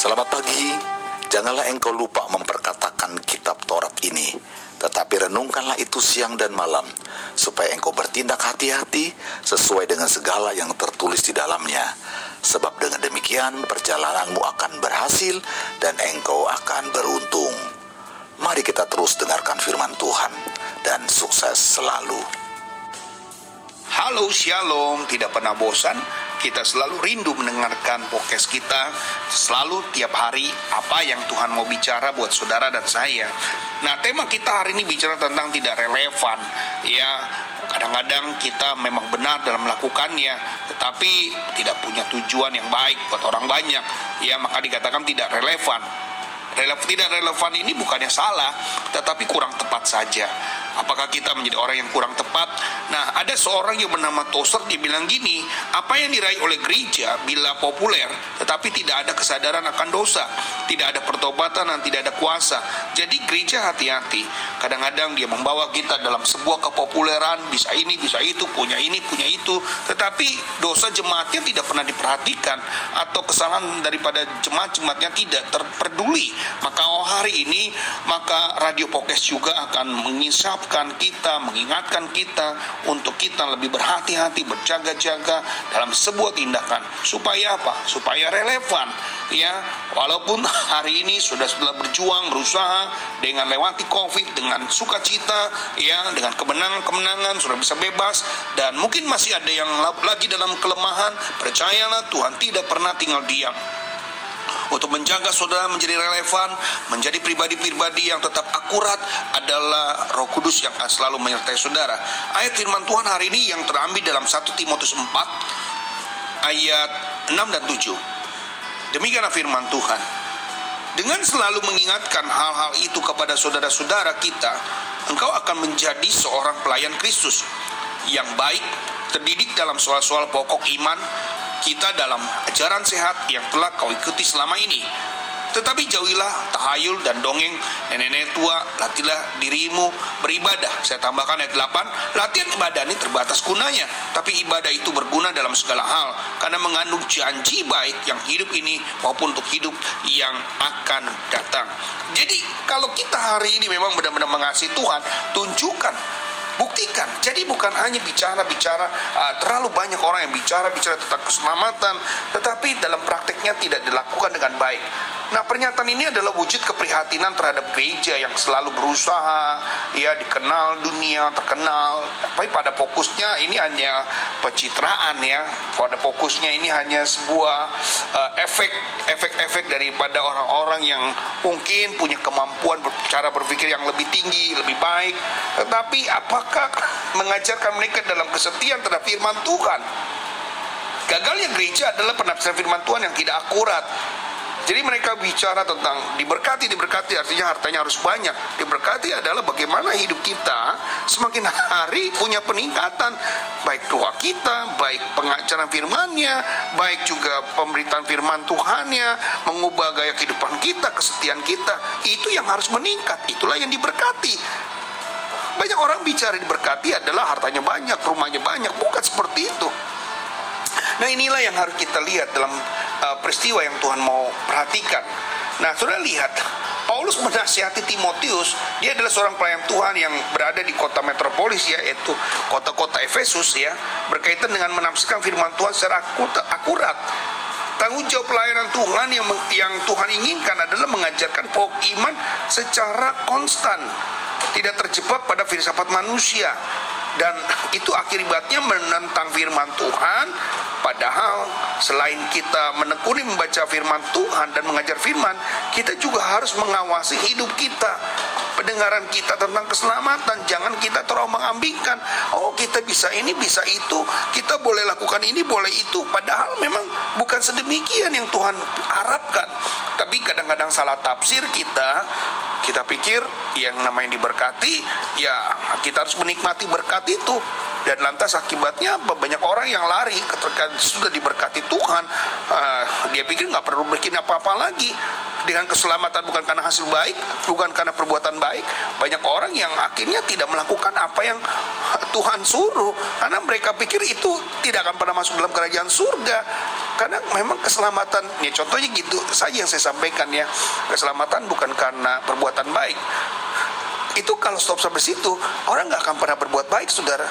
Selamat pagi. Janganlah engkau lupa memperkatakan kitab Taurat ini, tetapi renungkanlah itu siang dan malam, supaya engkau bertindak hati-hati sesuai dengan segala yang tertulis di dalamnya. Sebab dengan demikian perjalananmu akan berhasil dan engkau akan beruntung. Mari kita terus dengarkan firman Tuhan dan sukses selalu. Halo, shalom, tidak pernah bosan. Kita selalu rindu mendengarkan podcast kita. Selalu tiap hari apa yang Tuhan mau bicara buat saudara dan saya. Nah, tema kita hari ini bicara tentang tidak relevan. Ya, kadang-kadang kita memang benar dalam melakukannya, tetapi tidak punya tujuan yang baik buat orang banyak. Ya, maka dikatakan tidak relevan. Tidak relevan ini bukannya salah, tetapi kurang tepat saja. Apakah kita menjadi orang yang kurang tepat? Nah, ada seorang yang bernama Tozer, dia bilang gini, apa yang diraih oleh gereja bila populer, tetapi tidak ada kesadaran akan dosa, tidak ada pertobatan dan tidak ada kuasa. Jadi gereja hati-hati. Kadang-kadang dia membawa kita dalam sebuah kepopuleran, bisa ini, bisa itu, punya ini, punya itu, tetapi dosa jemaatnya tidak pernah diperhatikan, atau kesalahan daripada jemaat-jemaatnya tidak terpeduli. Maka hari ini, maka Radio Podcast juga akan mengisapkan kita, mengingatkan kita untuk kita lebih berhati-hati, berjaga-jaga dalam sebuah tindakan. Supaya apa? Supaya relevan. Ya, walaupun hari ini sudah berjuang, berusaha dengan lewati COVID, dengan sukacita, ya, dengan kemenangan-kemenangan, sudah bisa bebas, dan mungkin masih ada yang lagi dalam kelemahan. Percayalah, Tuhan tidak pernah tinggal diam. Untuk menjaga saudara menjadi relevan, menjadi pribadi-pribadi yang tetap akurat adalah Roh Kudus yang akan selalu menyertai saudara. Ayat firman Tuhan hari ini yang terambil dalam 1 Timotius 4 ayat 6 dan 7. Demikianlah firman Tuhan. Dengan selalu mengingatkan hal-hal itu kepada saudara-saudara kita, engkau akan menjadi seorang pelayan Kristus yang baik, terdidik dalam soal-soal pokok iman kita dalam ajaran sehat yang telah kau ikuti selama ini. Tetapi jauhilah tahayul dan dongeng nenek-nenek tua, latihlah dirimu beribadah. Saya tambahkan ayat 8, latihan ibadah ini terbatas gunanya, tapi ibadah itu berguna dalam segala hal, karena mengandung janji baik yang hidup ini maupun untuk hidup yang akan datang. Jadi kalau kita hari ini memang benar-benar mengasihi Tuhan, tunjukkan, buktikan. Jadi bukan hanya bicara-bicara, terlalu banyak orang yang bicara tentang keselamatan, tetapi dalam prakteknya tidak dilakukan dengan baik. Nah, pernyataan ini adalah wujud keprihatinan terhadap gereja yang selalu berusaha, ya, dikenal dunia, terkenal, tapi pada fokusnya ini hanya pencitraan, ya. Pada fokusnya ini hanya sebuah efek daripada orang-orang yang mungkin punya kemampuan cara berpikir yang lebih tinggi, lebih baik. Tetapi apakah mengajarkan mereka dalam kesetiaan terhadap firman Tuhan? Gagalnya gereja adalah penafsiran firman Tuhan yang tidak akurat. Jadi mereka bicara tentang diberkati artinya hartanya harus banyak. Diberkati adalah bagaimana hidup kita semakin hari punya peningkatan, baik doa kita, baik pengajaran firman-Nya, baik juga pemberitaan firman Tuhan-Nya, mengubah gaya kehidupan kita, kesetiaan kita. Itu yang harus meningkat, itulah yang diberkati. Banyak orang bicara diberkati adalah hartanya banyak, rumahnya banyak. Bukan seperti itu. Nah, inilah yang harus kita lihat dalam peristiwa yang Tuhan mau perhatikan. Nah, saudara lihat, Paulus menasihati Timotius. Dia adalah seorang pelayan Tuhan yang berada di kota metropolis, ya, yaitu kota-kota Efesus, ya, berkaitan dengan menafsirkan firman Tuhan secara akurat. Tanggung jawab pelayanan Tuhan yang Tuhan inginkan adalah mengajarkan pokok iman secara konstan, tidak terjebak pada filsafat manusia. Dan itu akibatnya menentang firman Tuhan. Padahal selain kita menekuni membaca firman Tuhan dan mengajar firman, kita juga harus mengawasi hidup kita, pendengaran kita tentang keselamatan. Jangan kita terlalu mengambingkan, oh kita bisa ini, bisa itu, kita boleh lakukan ini, boleh itu. Padahal memang bukan sedemikian yang Tuhan harapkan. Tapi kadang-kadang salah tafsir kita pikir yang namanya diberkati, ya kita harus menikmati berkat itu. Dan lantas akibatnya banyak orang yang lari ketika sudah diberkati Tuhan, dia pikir nggak perlu bikin apa-apa lagi. dengan keselamatan bukan karena hasil baik, bukan karena perbuatan baik. Banyak orang yang akhirnya tidak melakukan apa yang Tuhan suruh, karena mereka pikir itu tidak akan pernah masuk dalam kerajaan surga. Karena memang keselamatan, ya contohnya gitu saja yang saya sampaikan ya, keselamatan bukan karena perbuatan baik. Itu kalau stop sampai situ, orang nggak akan pernah berbuat baik, saudara.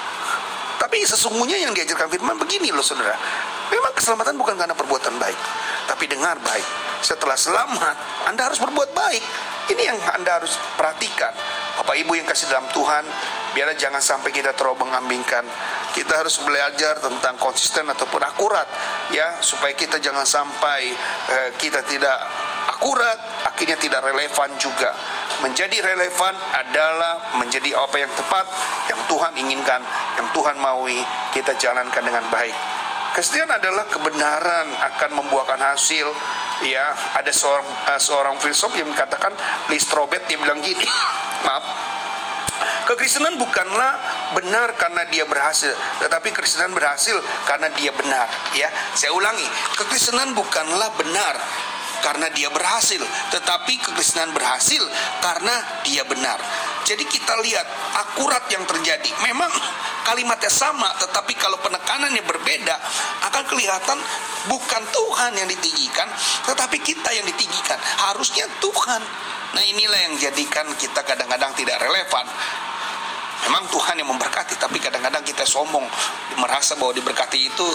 Tapi sesungguhnya yang diajarkan firman begini loh, saudara. Memang keselamatan bukan karena perbuatan baik, tapi dengar baik. Setelah selamat, Anda harus berbuat baik. Ini yang Anda harus perhatikan. Bapak Ibu yang kasih dalam Tuhan, biarlah jangan sampai kita terombang-ambingkan. Kita harus belajar tentang konsisten ataupun akurat, ya, supaya kita jangan sampai kita tidak akurat, akhirnya tidak relevan juga. Menjadi relevan adalah menjadi apa yang tepat, yang Tuhan inginkan, yang Tuhan maui, kita jalankan dengan baik. Kesetiaan adalah kebenaran akan membuahkan hasil. Ya, ada seorang filsuf yang mengatakan, Lee Strobel, dia bilang gini, maaf, kekristenan bukanlah benar karena dia berhasil, tetapi kekristenan berhasil karena dia benar. Ya, saya ulangi, kekristenan bukanlah benar karena dia berhasil, tetapi kekristenan berhasil karena dia benar. Jadi kita lihat akurat yang terjadi. Memang kalimatnya sama, tetapi kalau penekanannya berbeda, akan kelihatan bukan Tuhan yang ditinggikan, tetapi kita yang ditinggikan. Harusnya Tuhan. Nah, inilah yang jadikan kita kadang-kadang tidak relevan. Memang Tuhan yang memberkati, tapi kadang-kadang kita sombong, merasa bahwa diberkati itu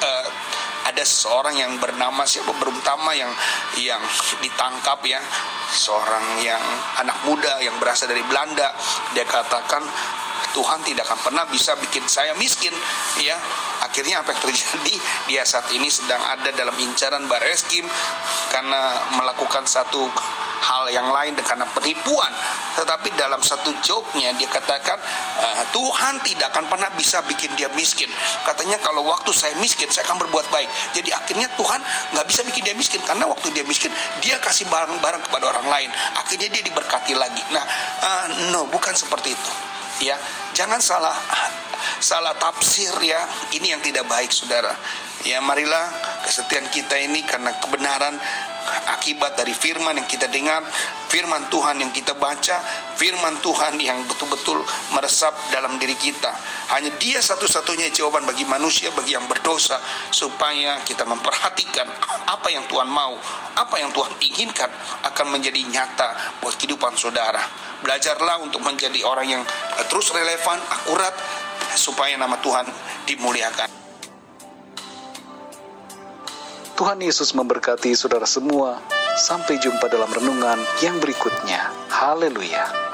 ada seorang yang bernama siapa Berutama yang ditangkap, ya, seorang yang anak muda yang berasal dari Belanda. Dia katakan Tuhan tidak akan pernah bisa bikin saya miskin, ya. Akhirnya apa yang terjadi? Dia saat ini sedang ada dalam incaran Bareskrim karena melakukan satu hal yang lain karena penipuan. Tetapi dalam satu joke-nya dia katakan Tuhan tidak akan pernah bisa bikin dia miskin. Katanya kalau waktu saya miskin saya akan berbuat baik. Jadi akhirnya Tuhan nggak bisa bikin dia miskin, karena waktu dia miskin dia kasih barang-barang kepada orang lain. Akhirnya dia diberkati lagi. Nah, no, bukan seperti itu. Ya, jangan salah tafsir, ya. Ini yang tidak baik, saudara. Ya, marilah kesetiaan kita ini karena kebenaran akibat dari firman yang kita dengar, firman Tuhan yang kita baca, firman Tuhan yang betul-betul meresap dalam diri kita. Hanya Dia satu-satunya jawaban bagi manusia, bagi yang berdosa, supaya kita memperhatikan apa yang Tuhan mau, apa yang Tuhan inginkan akan menjadi nyata buat kehidupan saudara. Belajarlah untuk menjadi orang yang terus relevan, akurat, supaya nama Tuhan dimuliakan. Tuhan Yesus memberkati saudara semua. Sampai jumpa dalam renungan yang berikutnya. Haleluya.